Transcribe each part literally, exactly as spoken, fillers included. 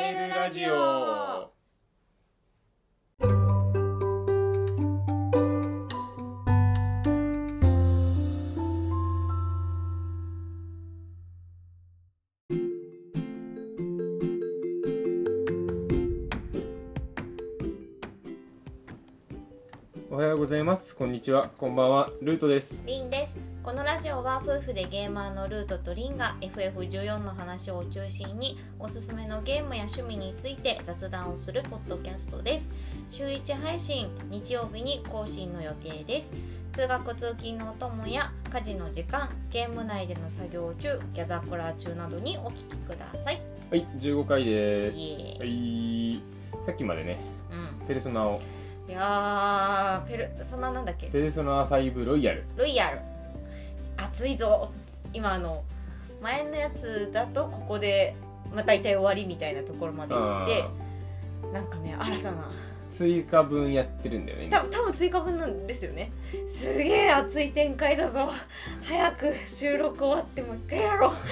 ネルラジオ。 おはようございます。こんにちは。こんばんは。ルートです。 リンです。このラジオは夫婦でゲーマーのルートとリンが エフエフじゅうよん の話を中心におすすめのゲームや趣味について雑談をするポッドキャストです。週いち配信、日曜日に更新の予定です。通学通勤のお供や家事の時間、ゲーム内での作業中、ギャザクラ中などにお聞きください。 はい、じゅうごかいです。 イエーはい、さっきまでね、 うん、 ペルソナをいやーペルそんななんだっけペルソナファイブロイヤルロイヤル熱いぞ。今あの前のやつだとここで、まあ、大体終わりみたいなところまで行ってなんかね新たな追加分やってるんだよね。 多分多分追加分なんですよね。すげえ熱い展開だぞ。早く収録終わってもう一回やろう。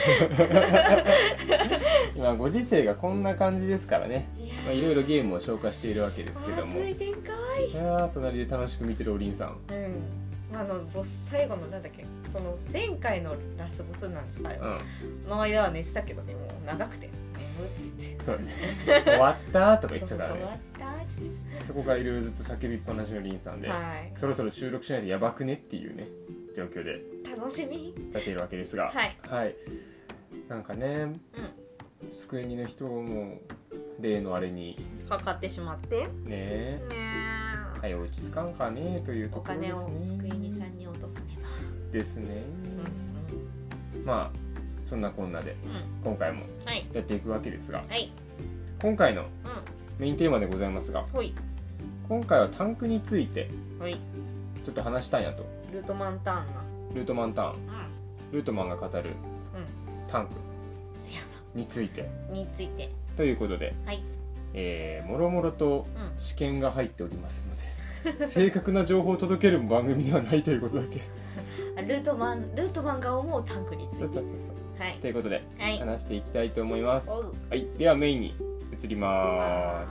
今ご時世がこんな感じですからね。 いやまあ、いろいろゲームを消化しているわけですけども、 熱い展開。 いやー隣で楽しく見てるおりんさん。 うん、あのボス最後のなんだっけ、その前回のラスボスなんですかあれは、 うん、 の間は寝てたけどね、もう長くて眠っつってそうね終わったとか言ってたからね。 そうそうそう終わったっつって、 そこからいろいろずっと叫びっぱなしのりんさんで、 はい、 そろそろ収録しないとやばくねっていうね状況で楽しみ立っているわけですが、 はい、 はい、なんかね、 うん机にの人も例のあれにかかってしまってねえ、 ねはい、落ち着かんかねというとおころですね。 金を机にさんに落とさねばですね、 うんまあそんなこんなでうんうん今回もはいやっていくわけですが、 はい今回のうメインテーマでございますが、 んほい今回はタンクについてほいちょっと話したいなと。 ルートマンターンなルートマンターン、 うんルートマンが語るうんタンクせやについてなについてということで、 はいえー、もろもろとうん試験が入っておりますので正確な情報を届ける番組ではないということだけあルートマンルートマンが思うタンクについてそうそうそうそうはいということではい話していきたいと思います。 おうはい、ではメインに移ります。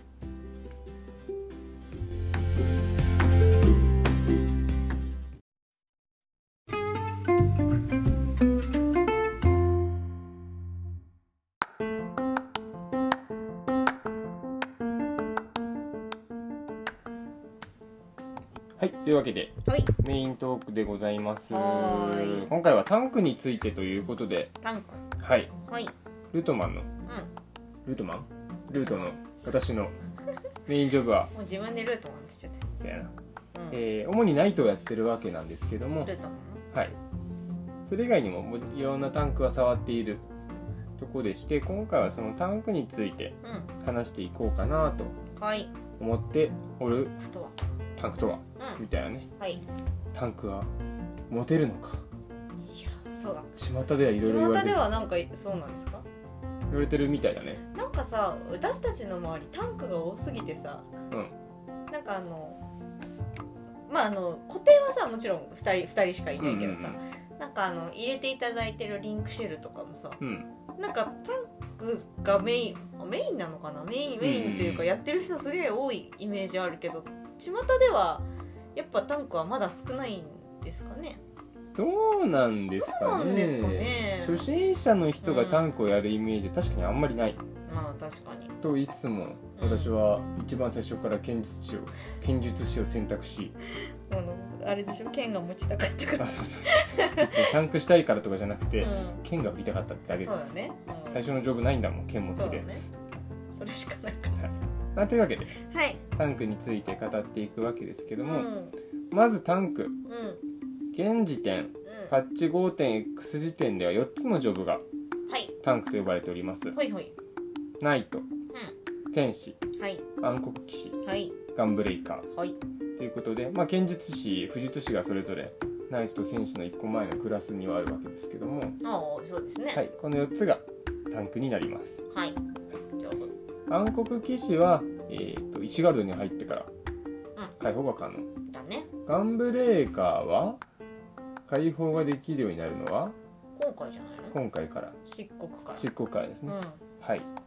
はい、というわけでほいメイントークでございます。 はーい今回はタンクについてということで、 タンクはい、 ほいルートマンのうルートマンルートの私のメインジョブはんもう自分でルートマンって言っちゃっそうやな、 た、うんえー主にナイトをやってるわけなんですけども、 ルートマンはい、それ以外にももういろんなタンクは触っているとこでして、今回はそのタンクについてうん話していこうかなとはい思っておる。 ことはタンクとはうんみたいなね。 はいタンクはモテるのか。 いやそうだ巷ではいろいろ言われてる巷ではなんかそうなんですか。 言われてるみたいだね。 なんかさ私たちの周りタンクが多すぎてさ、 うんなんかあのまああの固定はさもちろんふたりふたりしかいないけどさ、 うんなんかあの入れていただいてるリンクシェルとかもさ、 うんなんかタンクがメインメインなのかな、メインメインというかやってる人すげえ多いイメージあるけど、巷ではやっぱタンクはまだ少ないんですかね。 どうなんですかね。 どうなんですかね初心者の人がタンクをやるイメージ、確かにあんまりないまあ確かにといつも私は一番最初から剣術師を剣術師を選択し、 あのあれでしょ、剣が持ちたかったからあそうそうそう別にタンクしたいからとかじゃなくて、 うん剣が振りたかったってだけです。 そうだね、うん、 最初のジョブないんだもん、剣持ってそうだねるやつ。 それしかないかはい、まあ、というわけでら。はいタンクについて語っていくわけですけども、 うんまずタンクうん現時点パッチ ごてんエックス 時点ではよっつのジョブがはいタンクと呼ばれております。 ほいほいナイト、戦士、 はい暗黒騎士、 はいガンブレイカーはいということで、まあ、剣術師、武術師がそれぞれナイトと戦士のいっこまえのクラスにはあるわけですけども、 ああそうですねはい、このよっつがタンクになります。 はい上手暗黒騎士は、えー、と石ガルドに入ってから解放が可能、 だね。 ガンブレーカーは解放ができるようになるのは今回じゃないの？ 今回から漆黒から。 漆黒からですね、 うん。 はい。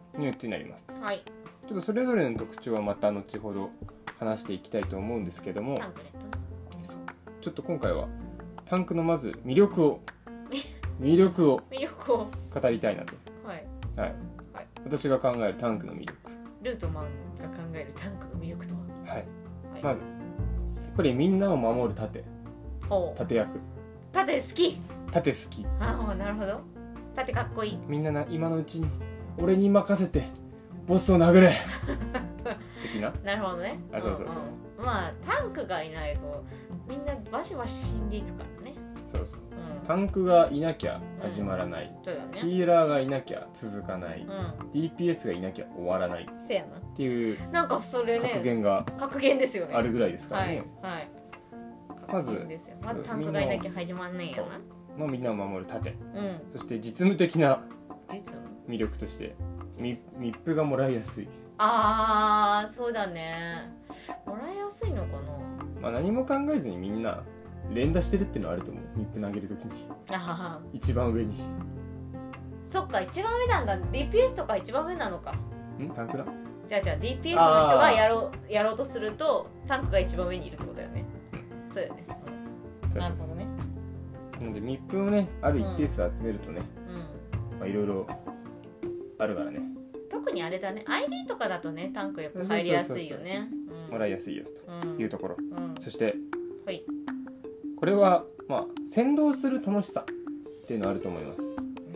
のよっつになります。 はい。 ちょっとそれぞれの特徴はまた後ほど話していきたいと思うんですけども、 サンクレットね。 そうちょっと今回はタンクのまず魅力を魅力を魅力を語りたいなと、 はいはいはい、 私が考えるタンクの魅力、 ルートマンが考えるタンクの魅力とは、 はいはい、 まずやっぱりみんなを守る盾ほう盾役盾好き。 盾好き。 ああなるほど。盾かっこいい。 みんなな今のうちに俺に任せてボスを殴れ的な。 なるほどね。 あそうそうそう、 うんうん、まあタンクがいないとみんなバシバシ死んでいくからね。 そうそう、 うん、 タンクがいなきゃ始まらない、 うん、そうだね、 ヒーラーがいなきゃ続かない、 うん、 ディーピーエス がいなきゃ終わらないせやなっていうなんかそれね格言が格言ですよね。 あるぐらいですからね。 はい、はい、 まず格言ですよ。まずタンクがいなきゃ始まんねえやな。 のみんなを守る盾、 うん、 そして実務的な実は魅力として密封がもらいやすい。 あーそうだね。もらいやすいのかな。 まあ何も考えずにみんな連打してるっていうのはあると思う。密封投げるときにあ一番上にそっか一番上なんだ。 ディーピーエス とか一番上なのか。 んタンクだ。 じゃあじゃあ ディーピーエス の人がやろうやろうとするとタンクが一番上にいるってことだよね。そうだよね、うん、なるほどね。 なので密封をねある一定数集めるとね、 うん、 まあいろいろあるからね。 特にあれだね アイディー とかだとねタンクやっぱ入りやすいよね。 もらいやすいよというところ、 うん、 そして、 はい、 これはまあ先導する楽しさっていうのはあると思います。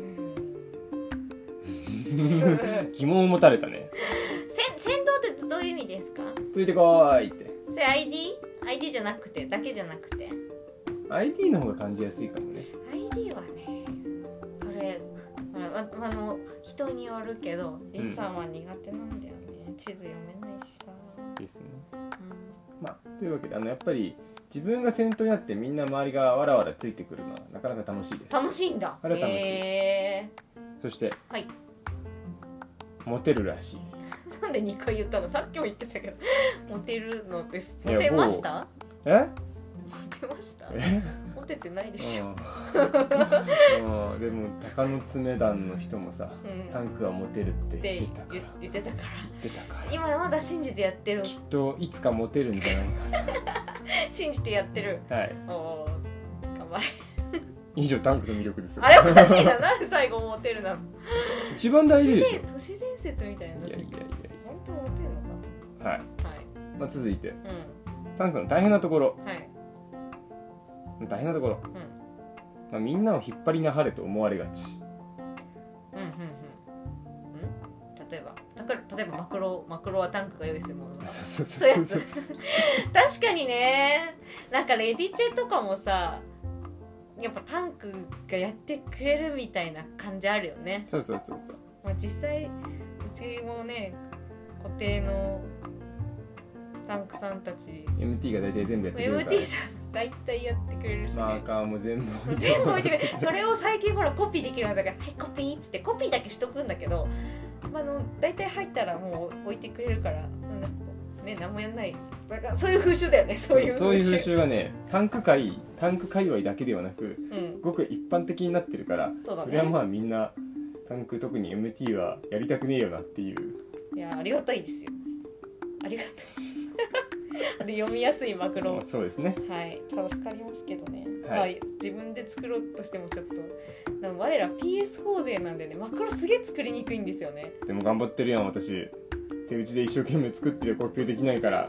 疑問を持たれたね。 先先導ってどういう意味ですか？ ついてこーいって。 それ アイディー？ アイディー じゃなくてだけじゃなくてアイディー の方が感じやすいかもね。 アイディー はねそれほらああの人によるけどリンさんは苦手なんだよね、うん、地図読めないしさですね、 うん、 まあというわけであのやっぱり自分が先頭になってみんな周りがわらわらついてくるのはなかなか楽しいです。 楽しいんだ。 あれは楽しい、 へーそしてはいモテるらしい。 なんでにかい言ったの？さっきも言ってたけどモテるのです。モテました？ えモテました？ えモテてないでしょ。 うんでも鷹の爪団の人もさ、うん、タンクはモテるって言ってたから言ってたから言ってたから今まだ信じてやってる。 きっといつかモテるんじゃないかな信じてやってる。 はいお頑張れ以上タンクの魅力です。 あれおかしいな。なんで最後モテるなの一番大事でしょ。 都市伝説みたいになってる。 いやいやいや本当モテるのか。 はい、 はいまあ、続いて、 うん、 タンクの大変なところ、 はい、 大変なところ、 うんまあ、みんなを引っ張りなはれと思われがち。 うんうんうんうん例えば例えばマクロマクロはタンクが用意するもの。 そうそうそういうそうやつ確かにね。なんかレディチェとかもさやっぱタンクがやってくれるみたいな感じあるよね。 そうそうそうそう、 まあ、実際うちもね固定のタンクさんたちエムティー が大体全部やってくれるからエムティー さん大体やってくれるし、ね、 マーカーも全部置いて全部置いてくれる。それを最近ほらコピーできるようになったからはいコピーっつってコピーだけしとくんだけど、まあ、あの大体入ったらもう置いてくれるからね何もやんない。だからそういう風習だよね。そういう風習そういう風習がねタンク界タンク界隈だけではなく、 うん、 ごく一般的になってるからそ, うだ、ね、 それはまあみんなタンク特に エムティー はやりたくねえよなっていう。 いやありがたいですよ。ありがたいで読みやすいマクロ、 そうですね、 はい助かりますけどね、 はいまあ、自分で作ろうとしてもちょっとなん我ら ピーエスフォー 勢なんでねマクロすげえ作りにくいんですよね。 でも頑張ってるやん私。手打ちで一生懸命作ってるコピーできないから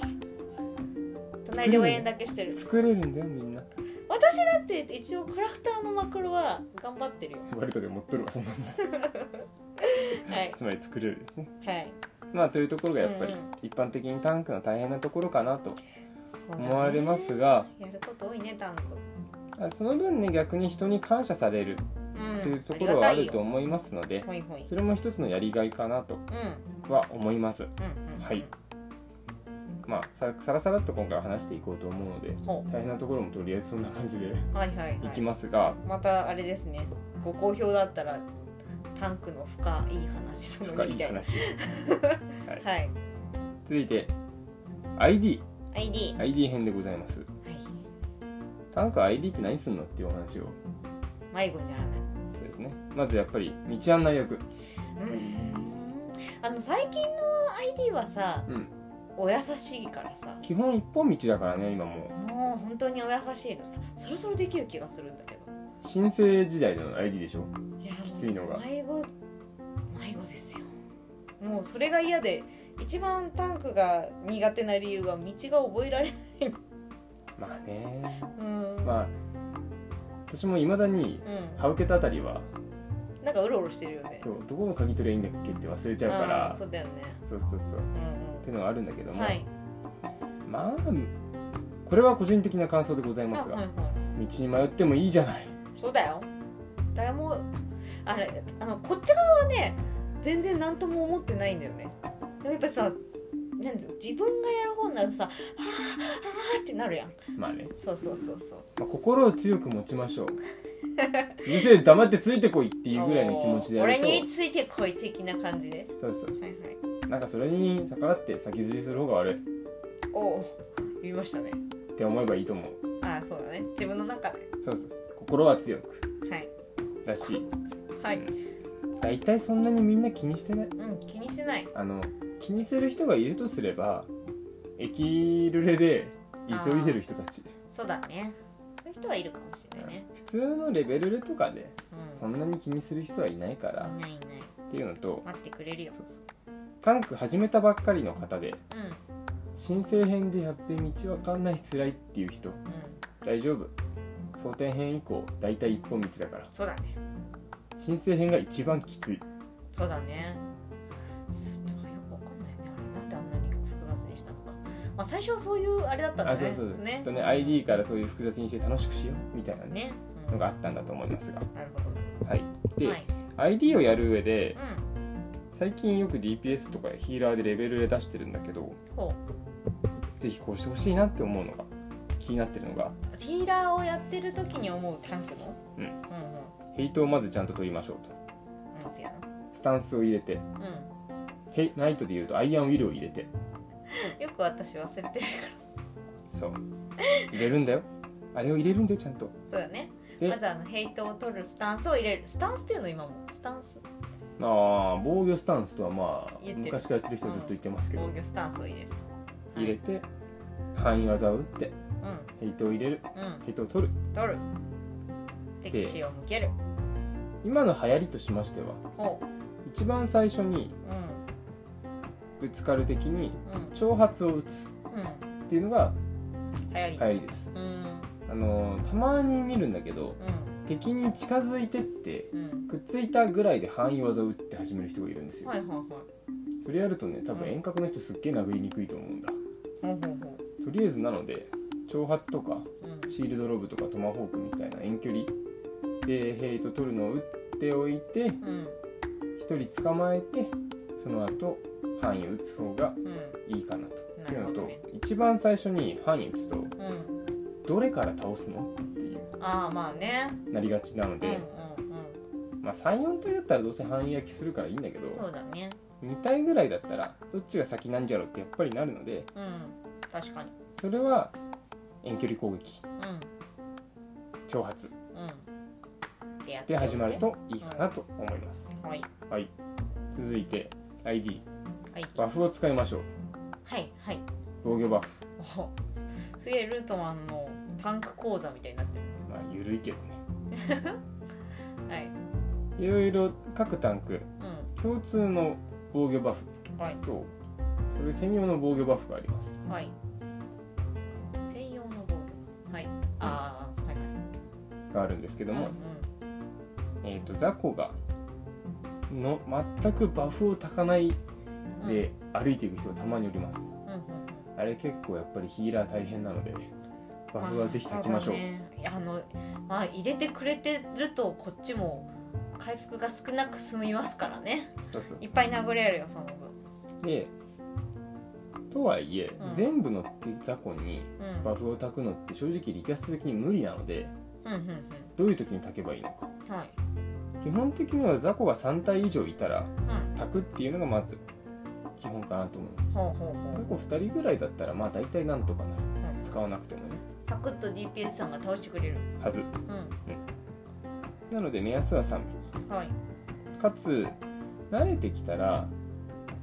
隣で応援だけしてる。 作れるんだよみんな。 私だって一応クラフターのマクロは頑張ってるよ。 割とで持っとるわそんなのはいつまり作れるですね。 はいまあというところがやっぱりうんうん一般的にタンクの大変なところかなとそうだね思われますが、 やること多いねタンク。 その分ね逆に人に感謝されるうんというところはあると思いますので、 ほいほいそれも一つのやりがいかなとうんは思います。 うんうんはい。まあささらさらっと今回は話していこうと思うので、 ほう大変なところもとりあえずそんな感じではいはいはいいきますが、 またあれですねご好評だったらタンクの深い話その深いにみたいな。 話。はい。 はい続いて アイディーアイディーアイディー 編でございます。 はいタンク アイディー って何すんのっていうお話を。 迷子にならない。 そうですね。まずやっぱり道案内役。 うーんあの最近の アイディー はさ、 うん、 お優しいからさ、 基本一本道だからね今もう。 もう本当にお優しいのさ、そろそろできる気がするんだけど。 新生時代の アイディー でしょ。 いやきついのが迷子迷子ですよ。もうそれが嫌で、一番タンクが苦手な理由は道が覚えられない。 まあね、 うん、 まあ私もいまだにうん、 歯受けたあたりはなんかうろうろしてるよね。 そうどこの鍵取りゃいいんだっけって忘れちゃうからあーそうだよね。 そうそうそうっうんていうのがあるんだけども、 うん、はい。 まあこれは個人的な感想でございますが、 あはいはい、 道に迷ってもいいじゃない。 そうだよ。誰もあれあのこっち側はね全然何とも思ってないんだよね。でもやっぱりさ、なんていうの、自分がやる方になるとさ、はあはあってなるやん。 まあね、 そうそうそうそう。 まあ、心を強く持ちましょう。うるせえ黙ってついてこいっていうぐらいの気持ちでやると、 俺についてこい的な感じで。 そうそう、 はいはい。 なんかそれに逆らって先ずりする方が悪いっおお、言いましたね。 て思えばいいと思う。 ああ、そうだね。自分の中で。 そうそう、心は強くはいだし、 はい。 だいたいそんなにみんな気にしてない。 うん、気にしてない。 あの気にする人がいるとすれば、駅ルレで急いでる人たち。 そうだね。そういう人はいるかもしれないね。 普通のレベルレとかでうん。 そんなに気にする人はいないからいないいない。 っていうのと、 待ってくれるよ。 そうそうタンク始めたばっかりの方でうん新生編でやっべ道わかんない辛いっていう人うん。 大丈夫。蒼天編以降だいたい一本道だから。 そうだね。 新生編が一番きつい。 そうだね。ちょっとよくわかんないね。あれなんであんなに複雑にしたのか。まあ最初はそういうあれだったんだね。 あ、そうそうそう、 ね。 きっとね アイディー からそういう複雑にして楽しくしようみたいなねね。うんのがあったんだと思いますが、 なるほど。 はい。で、 はい。 アイディー をやる上でうん。 最近よく ディーピーエス とかヒーラーでレベルで出してるんだけど、 ほぜひこうしてほしいなって思うのが気になってるのが、 う。ヒーラーをやってる時に思うタンクの。 うんうんうん。 ヘイトをまずちゃんと取りましょうと。 うん、そうやな。 スタンスを入れて、 うヘイナイトでいうとアイアンウィルを入れて、 ん。よく私忘れてるから。 そう入れるんだよ。あれを入れるんだよちゃんと。 そうだね。 でまずあのヘイトを取るスタンスを入れる。スタンスっていうの今もスタンス。 ああ、防御スタンスとはまあ言ってる昔からやってる人はずっと言ってますけど、 防御スタンスを入れると。 入れて範囲技を打ってうんヘイトを入れる、 うん。 ヘイトを取る。 取る。敵視を向ける。 今の流行りとしましては、 ほ一番最初にう。うんぶつかる敵にうん挑発を打つうん。 っていうのが流行り。 流行りです。 うんあのたまに見るんだけど、 う敵に近づいてってんうん。 くっついたぐらいで範囲技を打って始める人がいるんですよ。 はいはいはい。 それやるとね、多分遠隔の人すっげえ殴りにくいと思うんだ。 ほうほうほとりあえずなので挑発とかう。うん。 シールドロブとかトマホークみたいな遠距離でヘイト取るのを打っておいて、 うんひとり捕まえてその後範囲を打つ方がうん。 いいかなと。 なっていうのと、 るほどね。 一番最初に範囲打つとうん。 どれから倒すのっていうああまあね。 なりがちなのうんうんで、まあ、さん、よん体だったらどうせ範囲焼きするからいいんだけど、 うん。そうだね。 に体ぐらいだったらどっちが先なんじゃろうってやっぱりなるので、 うん。確かに。 それは遠距離攻撃、 うん挑発うん。でやってで始まるといいかなと思います。 はいはい。続いて アイディーはいバフを使いましょう。 はいはい。 防御バフ、 おすげえルートマンのタンク講座みたいになってる。 まあ緩いけどね。 はい。 いろいろ各タンクう共通の防御バフん。はいとそれ専用の防御バフがあります。 はい。専用の防御。はい。ああはいはい。 があるんですけども、 うんえっ、と雑魚がの全くバフを焚かないうん。 で歩いていく人がたまにおります。 うんうんうん。 あれ結構やっぱりヒーラー大変なのでバフはぜひ焚きましょう。 あ、ね、いやあのまあ入れてくれてるとこっちも回復が少なく済みますからね。 そうそういっぱい殴れるよその分。 でとはいえ、 うん全部の雑魚にうん。 バフを焚くのって正直リキャスト的に無理なので、 うんうんどういう時に焚けばいいのか。 うん。はい。 基本的には雑魚がさん体以上いたらうん。 焚くっていうのがまず基本かなと思います。 ほうほうほう。 雑魚ふたりぐらいだったらまあ大体なんとかなる。 うん使わなくてもねサクッと ディーピーエス さんが倒してくれる。 はず。 うん。 なので目安はさんびき。 はい。 かつ慣れてきたら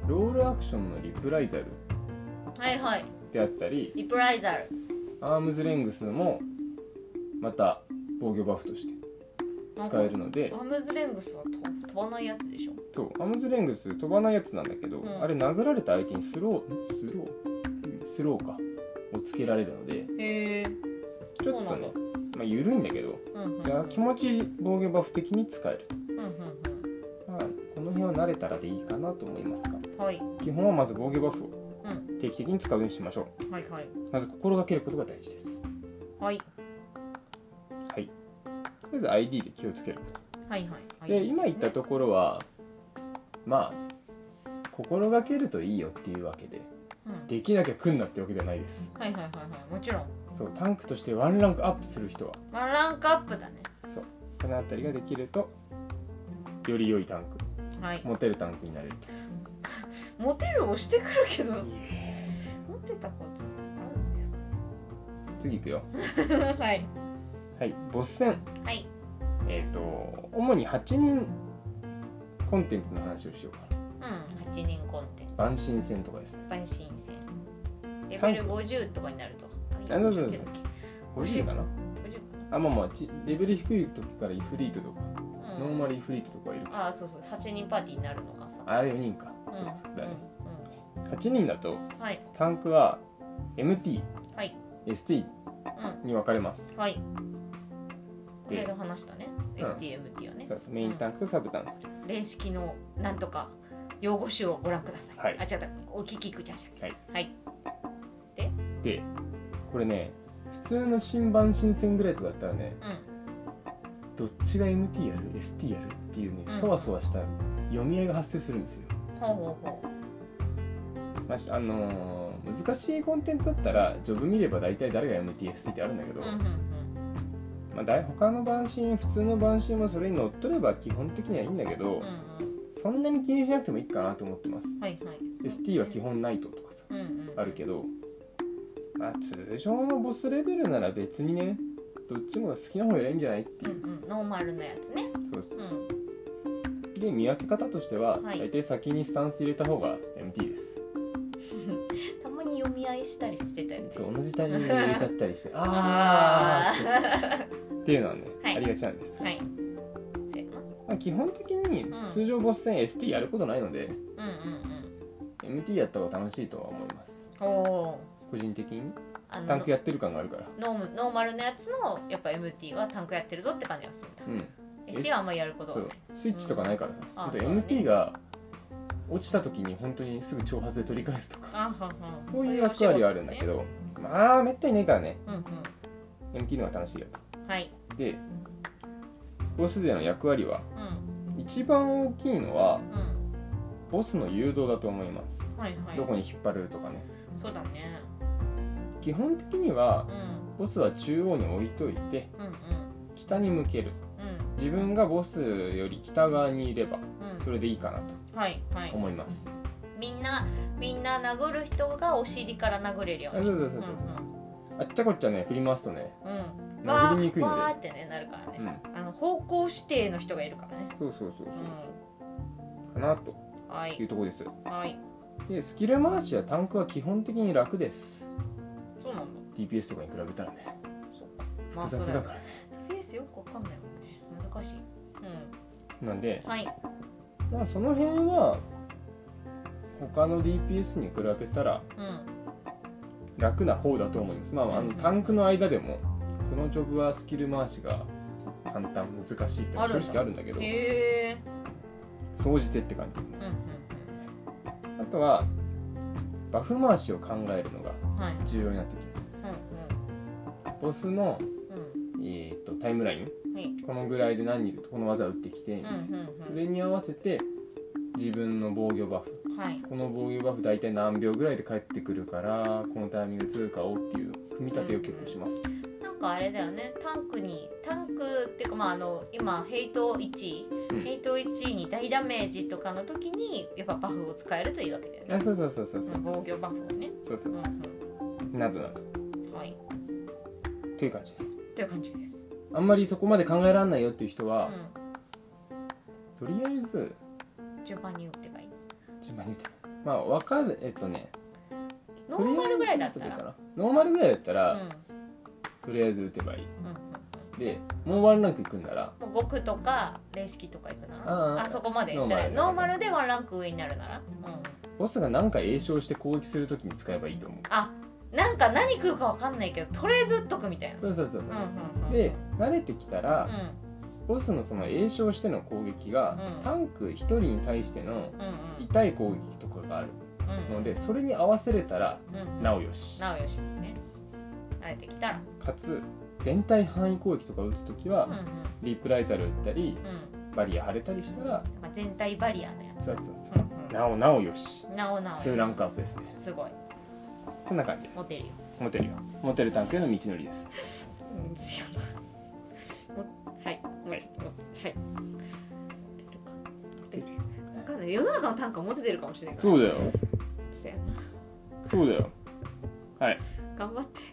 ロールアクションのリプライザルはいはい。 であったり、 リプライザル。 アームズレングスもまた防御バフとして使えるので、 アームズレングスは飛ばないやつでしょ。 そうアームズレングス飛ばないやつなんだけど、 うん、 あれ殴られた相手にスロースロースローかをつけられるので、 へえ。 ちょっとね、まあ、緩いんだけど、 うんうんうん、 じゃあ気持ちいい防御バフ的に使えると、 うんうんうん、 まあ、この辺は慣れたらでいいかなと思いますが、 はい、 基本はまず防御バフをうん、 定期的に使うようにしましょう。 はいはい、 まず心がけることが大事です。 はいはい、とりあえず アイディー で気をつけること、 はいはい、 で今言ったところはまあ心がけるといいよっていうわけで、うん、できなきゃ来んなってわけではないです。 はいはいはいはい、もちろん。 そうタンクとしてワンランクアップする人はワンランクアップだね。 そうこのあたりができるとより良いタンク、 はい、 モテるタンクになれると。 モテる押してくるけど、モテたことあるんですか。 次いくよはいはいボス戦、 はい、 えっ、ー、と主にはちにんコンテンツの話をしようかな。うん、はちにんコンテンツ。 万神戦とかですね。 万神戦レベルごじゅうとかになると、 あ、そうそうそう、ごじゅうかな。 ごじゅうあ、まあまあレベル低い時からイフリートとか、うん、ノーマルイフリートとかいるから。あ、そうそう、はちにんパーティーになるのかさ。 あれよにんか、 うん、 そうそうだね、 うんうん、 はちにんだと、 はい、 タンクは エムティー、 はい、 エスティー に分かれます、 うん、はい。これで話したね、うん、エスティー、エムティー はね。 そうそう、メインタンクとサブタンク、 うん、連式のなんとか用語集をご覧ください。 はい、 あ、違った、お聞きください。 はい、 はい、ででこれね、普通の新万神戦ぐらいとかだったらね、うん、どっちが エムティー やる エスティー やるっていうね、うん、そわそわした読み合いが発生するんですよ。 ほうほうほう、まあ、あのー、難しいコンテンツだったらジョブ見れば大体誰が エムティー、エスティー ってあるんだけど、うんうんうん、まあ、だい他の万神、普通の万神もそれに乗っ取れば基本的にはいいんだけど、うんうん、そんなに気にしなくてもいいかなと思ってます、はいはい、エスティー は基本ナイトとかさ、うんうん、あるけど、まあ、通常のボスレベルなら別にね、どっちも好きな方がいいんじゃないっていう、 うんうん、ノーマルなやつね。 そうそう、うん、で見分け方としては、はい、大体先にスタンス入れた方が エムティー ですたまに読み合いしたりしてたよね。 そう、同じタイミングで入れちゃったりしてあーっていうのはね、はい、ありがちなんです、はい、まあ、基本的に通常ボス戦 エスティー やることないので、うんうんうん、エムティー やった方が楽しいとは思います。お個人的にタンクやってる感があるから。 ノー、ノーマルのやつのやっぱ エムティー はタンクやってるぞって感じがするんだ、うん、エスティー はあんまりやることはない。 スイッチとかないからさ、うん、エムティー が落ちた時に本当にすぐ挑発で取り返すとか、あははそういう役割はあるんだけど、まあめったにねえからね、うんうん、エムティー の方が楽しいよと。はい、でボスでの役割は、うん、一番大きいのは、うん、ボスの誘導だと思います、はいはい、どこに引っ張るとかね。 そうだね。 基本的には、うん、ボスは中央に置いといて、うんうん、北に向ける、うん、自分がボスより北側にいれば、うん、それでいいかなと思います、はいはい、 みんなみんな殴る人がお尻から殴れるように。 そうそうそうそうそう、うんうん、あっちゃこっちゃね振り回すとね、うん、殴りにくいのでわーってねなるからね、うん、あの方向指定の人がいるからね。 そうそうそうそう、うん、かなというところです、はい、でスキル回しはタンクは基本的に楽です。 そうなんだ。 ディーピーエス とかに比べたらね、そう複雑だからね、 まあ、ディーピーエス よくわかんないもんね、難しい、 うん、なんで、はい、まあその辺は他の ディーピーエス に比べたら楽な方だと思います、まあ、あのタンクの間でもこのジョブはスキル回しが簡単難しいって正直あるんだけど、総じてって感じですね、うんうんうん、あとはバフ回しを考えるのが重要になってきます、はい、うんうん、ボスの、うん、えー、とタイムライン、はい、このぐらいで何人この技を打ってきて、うんうんうん、それに合わせて自分の防御バフ、はい、この防御バフ大体何秒ぐらいで返ってくるからこのタイミング通過をっていう組み立てを結構します、 うん、なんかあれだよね、タンクにタンクっていうか、まあ、あの今ヘイトいちい、うん、ヘイトいちいに大ダメージとかの時にやっぱバフを使えるというわけだよね。 あ、そうそうそうそうそう、 防御バフをね、 そうそうそう、うんうん、などなど、はい、という感じです。 という感じです。 あんまりそこまで考えられないよっていう人は、うん、とりあえず順番に打ってばいい。 順番に打ってばいい。 まあ分かるえっとねノーマルぐらいだったらノーマルぐらいだったら、 うん、 とりあえず打てばいい、 うん、 でもうワンランクいくんならもうごくとか霊式とかいくならああそこまでじゃないノーマルでワンランク上になるなら、うん、 ボスが何か詠唱して攻撃するときに使えばいいと思う。 あなんか何来るか分かんないけどとりあえず打っとくみたいな。 そうそうそうそう、 うんうんうん、 で慣れてきたら、 うん、 ボスのその詠唱しての攻撃が、うん、タンクひとりに対しての痛い攻撃とかがあるので、うん、それに合わせれたら、うん、なおよしなおよしね慣れてきたらかつ全体範囲攻撃とか打つときは、うんうん、リプライザル打ったり、うん、バリア張れたりしたら全体バリアのやつそうそうそう、うんうん、なおなおよしなおなおにランクアップですね。 すごいこんな感じです。 モテるよモテるよモテるタンクへの道のりです。 うんですよはいもちもはいモテるか分かんない世の中のタンクはモテてるかもしれないから。 そうだよそうやなそうだよはい頑張って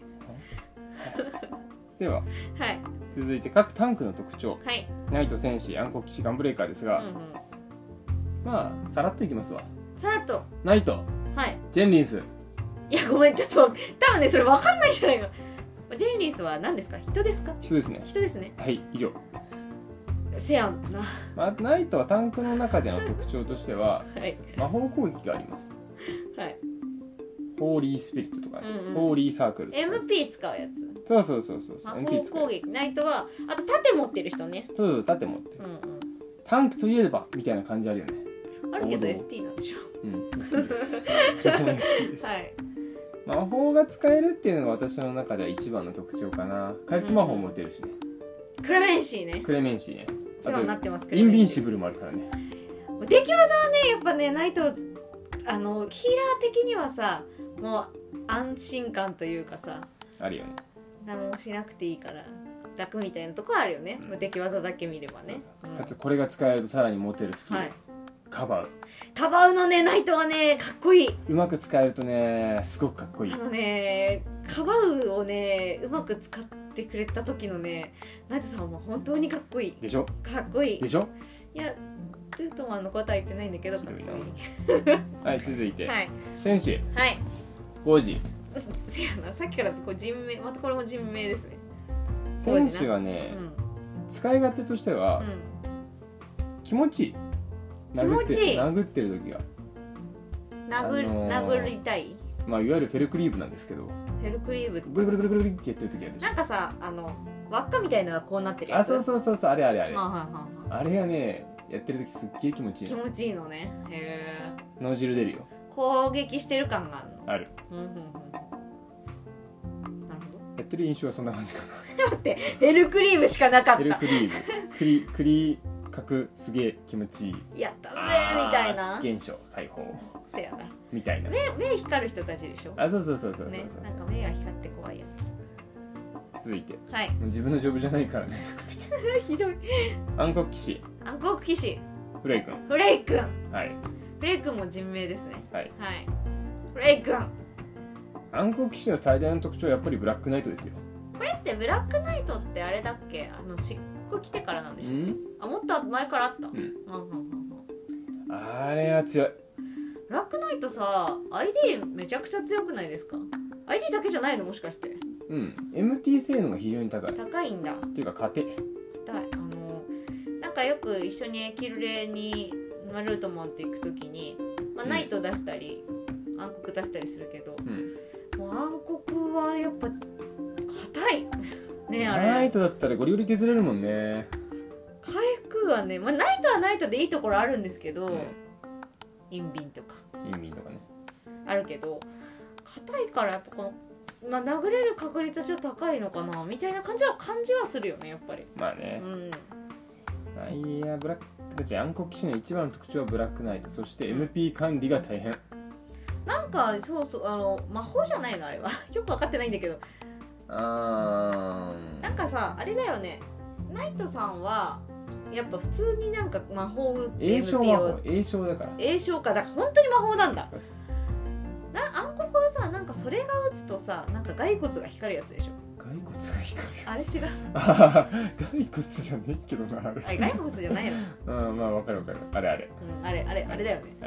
では、 はい、 続いて各タンクの特徴、 はい、 ナイト、戦士、暗黒騎士、ガンブレーカーですが、うんうん、まあさらっといきますわ。 さらっとナイト、 はい、 ジェンリンス。 いやごめんちょっと多分ねそれ分かんないじゃないか。ジェンリンスは何ですか？人ですか？ 人ですね。 人ですね。 はい以上。 せやんな、 まあ、ナイトはタンクの中での特徴としては、はい、魔法攻撃があります。はいホーリースピリットとか、ねうんうん、ホーリーサークルエムピー 使うやつ。 そうそうそうそう魔法攻撃。ナイトはあと盾持ってる人ね。 そうそう盾持ってる、うんうん、タンクといえばみたいな感じあるよね。 あるけど エスティー なんでしょ。 うん好きです僕も好きです、はい、魔法が使えるっていうのが私の中では一番の特徴かな。回復魔法も打てるしね、 うん、クレメンシーね。 クレメンシーね。 お世話になってます。 インビンシブルもあるからね。 出来技はねやっぱねナイトあのヒーラー的にはさもう安心感というかさあるよね。 何もしなくていいから楽みたいなとこあるよね、うん、出来技だけ見ればね。 あとこれが使えるとさらにモテるスキル、はい、カバウ。 カバウのねナイトはねかっこいい。 うまく使えるとねすごくかっこいい。 あのねカバウをねうまく使ってくれた時のねナイトさんは本当にかっこいいでしょ。 かっこいいでしょ。 いやルートマンのことは言ってないんだけどかっこいいはい続いて、 はい、 戦士。 はいゴージ。 せやなさっきからこう人名またこれも人名ですね。 戦士はね、うん、使い勝手としては、うん、気持ちいい。 気持ちいい。 殴ってる時が殴、あのー、殴りたい。 まあいわゆるフェルクリーブなんですけど。 フェルクリーブぐるぐるぐるぐるってやってる時あるでしょ。 なんかさあの輪っかみたいなのがこうなってるやつ。 あそうそうそうそうあれあれあれ、 はあはあはあ、 あれがねやってる時すっげえ気持ちいい。 気持ちいいのね。へえ脳汁出るよ。 攻撃してる感があるの。 ある、 うんうんうん、なるほど。 やってる印象はそんな感じかな。待ってフェルクリーブしかなかった。 フェルクリーブクリクリ角すげえ気持ちいいやったぜみたいな現象解放せやなみたいな。 目目光る人たちでしょ。 あそうそうそうそうそう、 ね、なんか目が光って怖いやつ。続いて、 はい、 自分のジョブじゃないからねひどい。 暗黒騎士。 暗黒騎士フレイ君。 フレイ君はいフレイ君も人名ですね。 はい、 はい、フレイ君。 暗黒騎士の最大の特徴はやっぱりブラックナイトですよ。 これってブラックナイトってあれだっけ？あの漆黒来てからなんでしょう。あもっと前からあった。うん。うんうんうん、あれは強い。 ブラックナイトさ アイディー めちゃくちゃ強くないですか？ アイディー だけじゃないのもしかして。 うん。エムティー 性能が非常に高い。 高いんだ。 っていうか勝て。 高い。あのなんかよく一緒にキルレにルートマンって行くときに、まあ、ナイト出したり、うん、暗黒出したりするけど、うん、もう暗黒はやっぱ硬いね。あれナイトだったらゴリゴリ削れるもんね。 回復はね、まあ、ナイトはナイトでいいところあるんですけど、うん、インビンとかインビンとかねあるけど硬いからやっぱこの、まあ、殴れる確率はちょっと高いのかなみたいな感じは感じはするよねやっぱり。 まあね、うん、いやブラック暗黒騎士の一番の特徴はブラックナイト、そして エムピー 管理が大変。 なんかそうそうあの魔法じゃないのあれはよく分かってないんだけど、 あーなんかさあれだよねナイトさんはやっぱ普通になんか魔法打って エムピー を栄唱だから栄唱かだから本当に魔法なんだ。な暗黒はさなんかそれが打つとさなんか骸骨が光るやつでしょ。 骸骨が光るあれ違うあ骸骨じゃねえけどなあれあれ骸骨じゃないのうんまあわかるわかるあれあれ、 うん、あれあれあれだよねあれ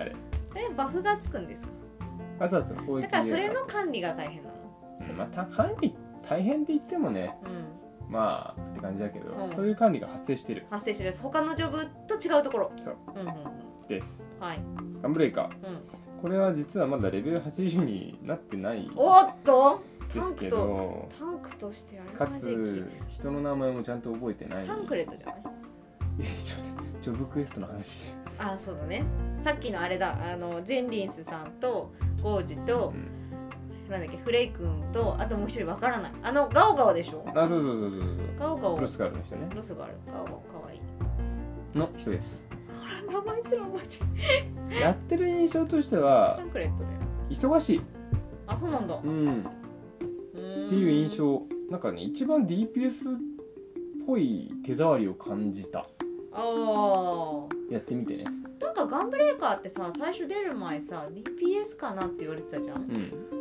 あれバフがつくんですか？ あ、そうそう。 だからそれの管理が大変なの。 また管理大変って言ってもね、うん、まあって感じだけど、うん、そういう管理が発生してる。 発生してる。他のジョブと違うところ。 そう。うんうんうん、です。 はい。 ガンブレイカー、うん。これは実はまだレベルはちじゅうになってない。 おっと。 ですけど、 タンクとしてあれかつ人の名前もちゃんと覚えてない。 サンクレットじゃない？ え、ちょっとジョブクエストの話。 あ、そうだね。さっきのあれだ、あのジェンリンスさんとゴージと、うん、なんだっけ、フレイ君と、あともう一人わからない。あのガオガオでしょ？ あ、そうそうそうそうそう。 ガオガオ。 ロスガールの人ね。 ロスガール、ガオガオかわいい。 の人です。 ほら、名前すら覚えて。 やってる印象としては、 サンクレットだよ。 忙しい。 あ、そうなんだ。 うん。っていう印象。なんかね、一番 ディーピーエス っぽい手触りを感じた。 ああ。 やってみてね。 なんかガンブレーカーってさ、最初出る前さ ディーピーエス かなって言われてたじゃん、うん、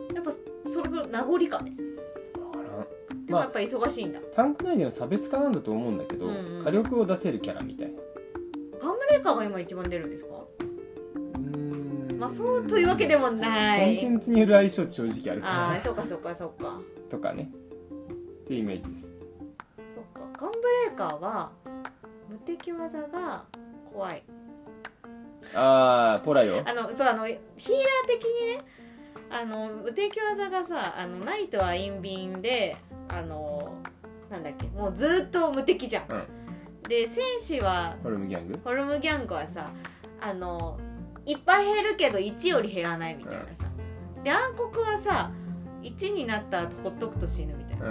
やっぱそれ名残かね。でもやっぱ忙しいんだ、まあ、タンク内での差別化なんだと思うんだけど、うんうん、火力を出せるキャラみたいな。 ガンブレーカーが今一番出るんですか？うーん、まあそうというわけでもない。 コンテンツによる相性って正直あるから。 ああ、そうかそうかそうかとかねっていうイメージです。 そっか、ガンブレーカーは無敵技が怖い。 あー、ポラよ。 あの、そう、あのヒーラー的にね、あの無敵技がさ、あのナイトは陰敏で、あのなんだっけ、もうずっと無敵じゃん、うん、で戦士はホルムギャングホルムギャングはさ、あのいっぱい減るけどいちより減らないみたいなさ、うん、で暗黒はさいちになった後ほっとくと死ぬみたいな、うん、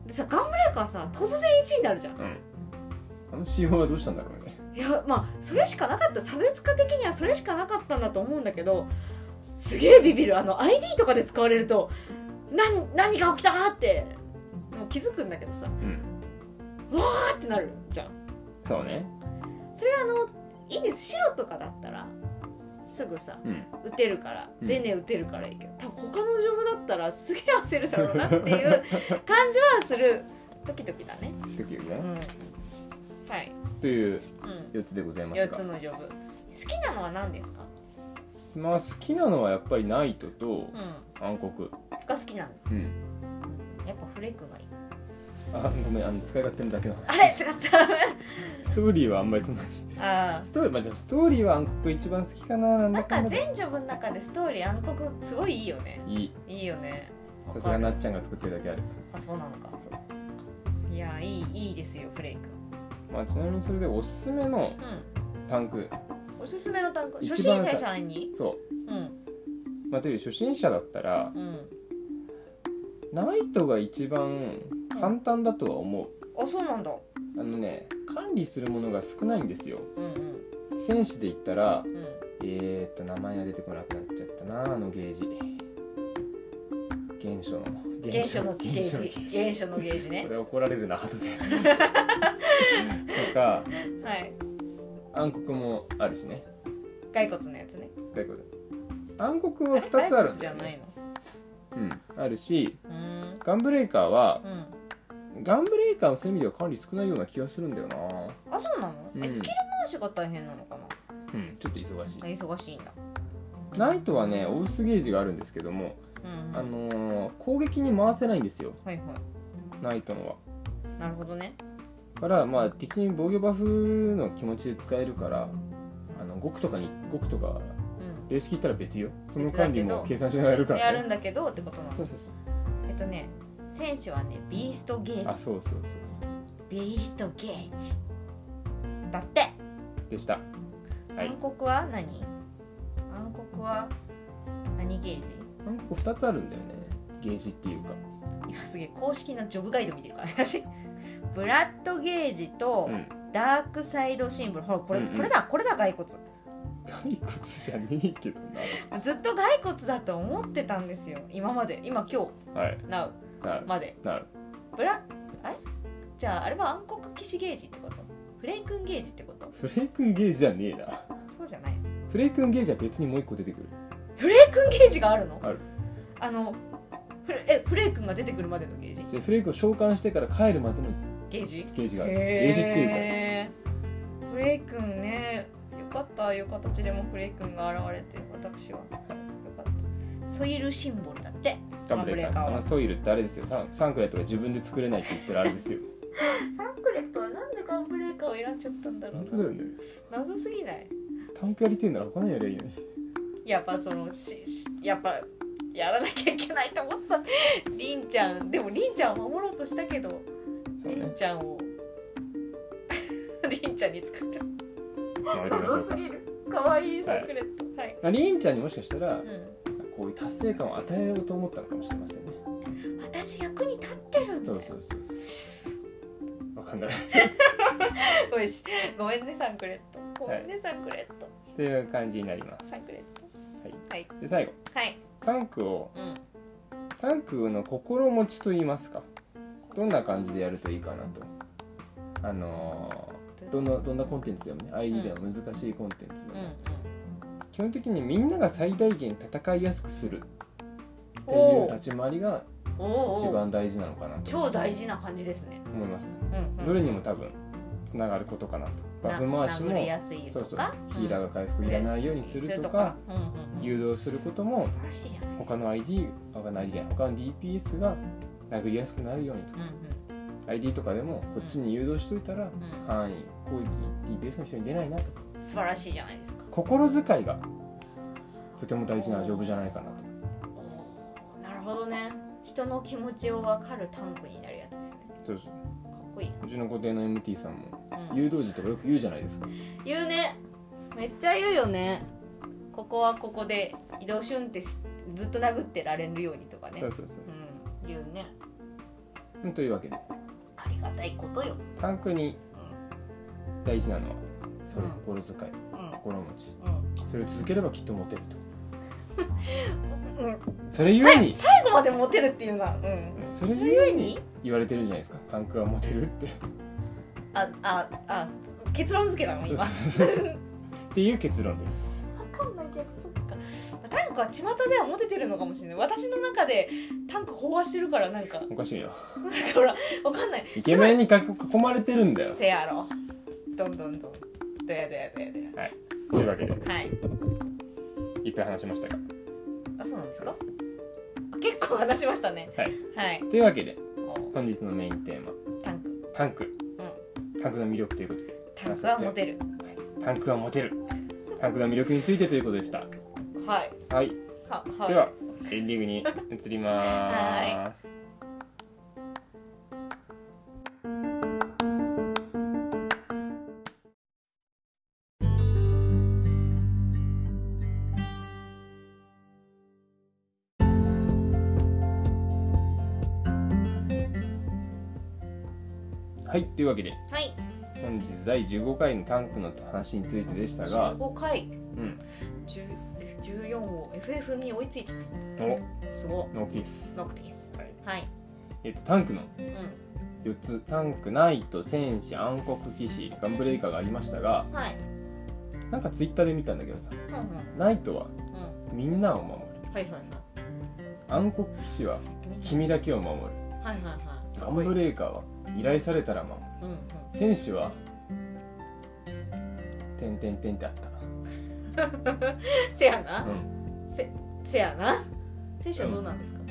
でさガンブレーカーはさ突然いちになるじゃん、うん、 あの仕様はどうしたんだろうね。 いや、まあそれしかなかった、差別化的にはそれしかなかったんだと思うんだけど、すげえビビる。あの アイディー とかで使われると何, 何が起きたってもう気づくんだけどさ、うん、わーってなるじゃん。 そうね。 それはあのいいんです。白とかだったらすぐさ、うん、打てるから、うん、でね打てるからいいけど、多分他のジョブだったらすげえ焦るだろうなっていう感じはする。ドキドキだね。 ドキドキだね、 うん、はい。 というよっつでございますが、 よっつのジョブ。好きなのは何ですか？ まあ好きなのはやっぱりナイトと暗黒が好きなんだ、うん、やっぱフレイクがいい。 あ、ごめん、あの使い勝手のだけのあれ違ったストーリーはあんまりそんなにあストーリー、まあ、でもストーリーは暗黒が一番好きかな。 なんだかんだ全ジョブの中でストーリー暗黒すごいいいよね。 いいいいよね。 さすがなっちゃんが作ってるだけある。 あ、そうなのか。そういや、いい、いいですよフレイク。 まあ、ちなみにそれでおすすめのタンク、うん、 おすすめのタンク、初心者さんにそう、うん、まあ、という初心者だったら、うん、ナイトが一番簡単だとは思う、 うん、あ、そうなんだ。 あのね、管理するものが少ないんですよ、うんうん、戦士で言ったら、うん、えーっと名前が出てこなくなっちゃったな、あのゲージ、原初の原初のゲージ、原初のゲージね。 これ怒られるな後でとか、はい、暗黒もあるしね。 骸骨のやつね。 骸骨。暗黒はふたつあるんだよね。骸骨じゃないの？うん、あるし、ガンブレーカーは、うん、ガンブレーカーのそういう意味では管理少ないような気がするんだよな。 あ、そうなの？うん、え、スキル回しが大変なのかな？ うん、ちょっと忙しい。 忙しいんだ。 ナイトはね、オウスゲージがあるんですけども、うん、あのー、攻撃に回せないんですよ、はいはい、ナイトのは。 なるほどね。 からまあ敵に防御バフの気持ちで使えるから、あのごくとかにごくとか霊式いったら別よ、その管理も計算しながらやるから、ね、 やるんだけどってことなの。そうそうそう。えっとね、戦士はねビーストゲージ。 あ、そうそうそうそう、 ビーストゲージだってでした、 はい、暗黒は何？暗黒は何ゲージ？ 暗黒ふたつあるんだよね、ゲージっていうか。 今すげえ公式なジョブガイド見てるから私ブラッドゲージとダークサイドシンボル、うん、ほらこれ、うんうん、これだこれだ骸骨。 骸骨じゃねえけどな。ずっと骸骨だと思ってたんですよ今まで。今今日、はい、ナウまでなる。 ブラあれじゃああれは暗黒騎士ゲージってこと？フレイクンゲージってこと？ フレイクンゲージじゃねえな。 そうじゃない。 フレイクンゲージは別にもう一個出てくる。 フレイクンゲージがあるの？ ある。 あのフレえフレイ君が出てくるまでのゲージ？ フレイ君を召喚してから帰るまでのゲージ？ ゲージがある。ゲージっていうか、 フレイ君ね、よかった。ああいう形でもフレイ君が現れて、私は、はい、よかった。ソイルシンボルだってガンブレーカーは。ソイルってあれですよ、サン、サンクレットが自分で作れないって言ってるあれですよ。 サンクレットはなんでガンブレーカーを選んじゃったんだろうな。 本当だよね。 謎すぎない？ タンクやりてえなら他のやりゃいいのに。 やっぱそのししやっぱやらなきゃいけないと思った。リンちゃんでもリンちゃんを守ろうとしたけど、ね、リンちゃんをリンちゃんに作った。謎すぎる。可愛いサンクレット。はい。はい、 リンちゃんにもしかしたら、うん、こういう達成感を与えようと思ったのかもしれませんね。 私役に立ってるんだよ。 そうそうそうそう。わかんない。 ごめんし、ごめんねサンクレット。ごめんね、はい、サンクレット。 という感じになります。 サンクレット。 はい。 はい、 で最後。 はい。 タンクを、うん、タンクの心持ちと言いますか。どんな感じでやるといいかなと。あのー、どんなどんなコンテンツでもね、アイディー では難しいコンテンツでも、うんうん、基本的にみんなが最大限戦いやすくするっていう立ち回りが一番大事なのかなと。 超大事な感じですね。 思います。 うんうん、 どれにも多分つながることかなと。バフ回しもそうそうヒーラーが回復いらないようにするとか、誘導することも他の アイディー、他の アイディー じゃない、他の ディーピーエス が殴りやすくなるようにとか、うんうん、アイディー とかでもこっちに誘導しといたら、うん、範囲攻撃 ディーピーエス の人に出ないなとか、 素晴らしいじゃないですか。 心遣いがとても大事なジョブじゃないかなと。 おなるほどね。人の気持ちを分かるタンクになるやつですね。 そうそう、 かっこいい。 うちの固定の エムティー さんも、うん、誘導時とかよく言うじゃないですか。 言うね、めっちゃ言うよね。ここはここで移動シュンってずっと殴ってられるようにとかね。 そうそうそうそう、 うん、言うね。 うん、というわけでありがたいことよ。 タンクに大事なのはその心遣い、うん、心持ち、うん、それを続ければきっとモテると。うん、それゆえに最後までモテるっていうのは、うん、 それゆえに言われてるじゃないですか、タンクはモテるって。 あああ結論付けなの今。 っていう結論です。 分かんないけど、そっか。タンクは巷ではモテてるのかもしれない。私の中でタンク飽和してるからなんかおかしいな。 だから分かんない。 イケメンに囲まれてるんだよ。 せやろ。どんどんどん。どやどやどやどや。 はい。というわけで。 はい。 いっぱい話しましたが。 あ、そうなんですか。あ、結構話しましたね。 はい。 はい。 というわけで本日のメインテーマ。 タンク。 タンク。うん。タンクの魅力ということで。 タンクはモテる。 タンクはモテる。タンクの魅力についてということでした。 はい。 はい。は、はい。ではエンディングに移ります。はい。はい、というわけで、 はい、 本日だいじゅうごかいのタンクの話についてでしたが、 じゅうごかい、 うん、 じゅうよんを エフエフ に追いついて、 お、 すごい、 ノクティス、 ノクティス、 はい、 はい、 えっとタンクのよっつ、タンク、ナイト、戦士、暗黒騎士、ガンブレイカーがありましたが、 はい、 なんかツイッターで見たんだけどさ、うんうん、ナイトは、うん、みんなを守る、 はいはいはい、 暗黒騎士は君だけを守る、 はいはいはい、 ガンブレイカーは依頼されたら守る、うんうん、戦士はてんてんてんってあったな。 せやな、 うん、 せ, せやな。戦士はどうなんですか。うん、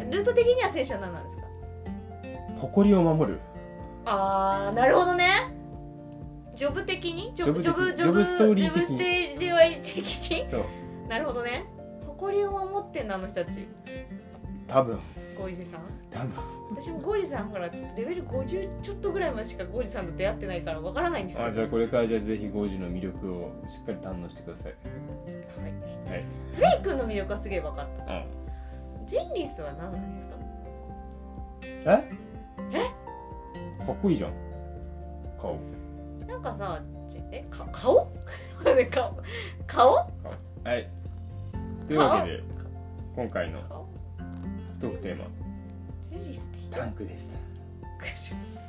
ルート的には戦士は何なんですか。 誇りを守る。 あー、なるほどね。ジョブ的にジョブジョブジョブストーリー的に、 ジョブストーリー的に、そう、なるほどね。誇りを守ってんのあの人たち。 多分ゴイジさん、 多分私もゴイジさんほらちょっとレベルごじゅうちょっとぐらいまでしかゴイジさんと出会ってないからわからないんですけど。 あ、じゃあこれからじゃあぜひゴイジの魅力をしっかり堪能してください。 ちょっとはい、 はい、 フレイ君の魅力はすげえ分かった、 うん、 ジェンリスは何なんですか。 ええかっこいいじゃん顔。 なんかさ、えか顔顔顔はい、というわけで今回のトークテーマタンクでした。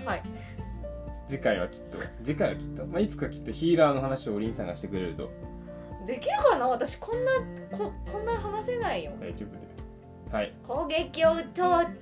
はい。次回はきっと次回はきっと、まあ、いつかきっとヒーラーの話をおりんさんがしてくれるとできるかな。私こんな こ, こんな話せないよ。 大丈夫で。はい。 攻撃を打とうって。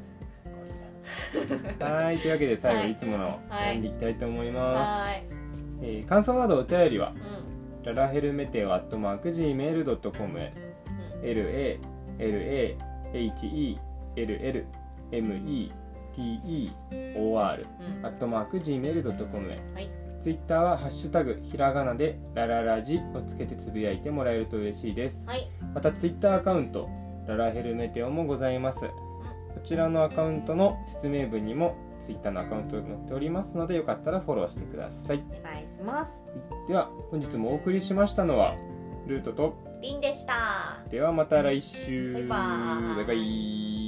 はい、というわけで最後いつもの読んでいきたいと思います。 はい。 えー、感想などお便りは、うん、ララヘルメテオアットマーク ジーメールドットコム へ、うん、エルエーエルエーエイチイーエルエルエムイーティーイーオーアール アットマーク ジーメールドットコム へ、はい、ツイッターはハッシュタグひらがなでラララジをつけてつぶやいてもらえると嬉しいです、はい、またツイッターアカウントララヘルメテオもございます、うん、こちらのアカウントの説明文にもツイッターのアカウントが載っておりますのでよかったらフォローしてください。 お願いします。 では本日もお送りしましたのはルートとリンでした。 ではまた来週。 バイバーイ。 バイバイ。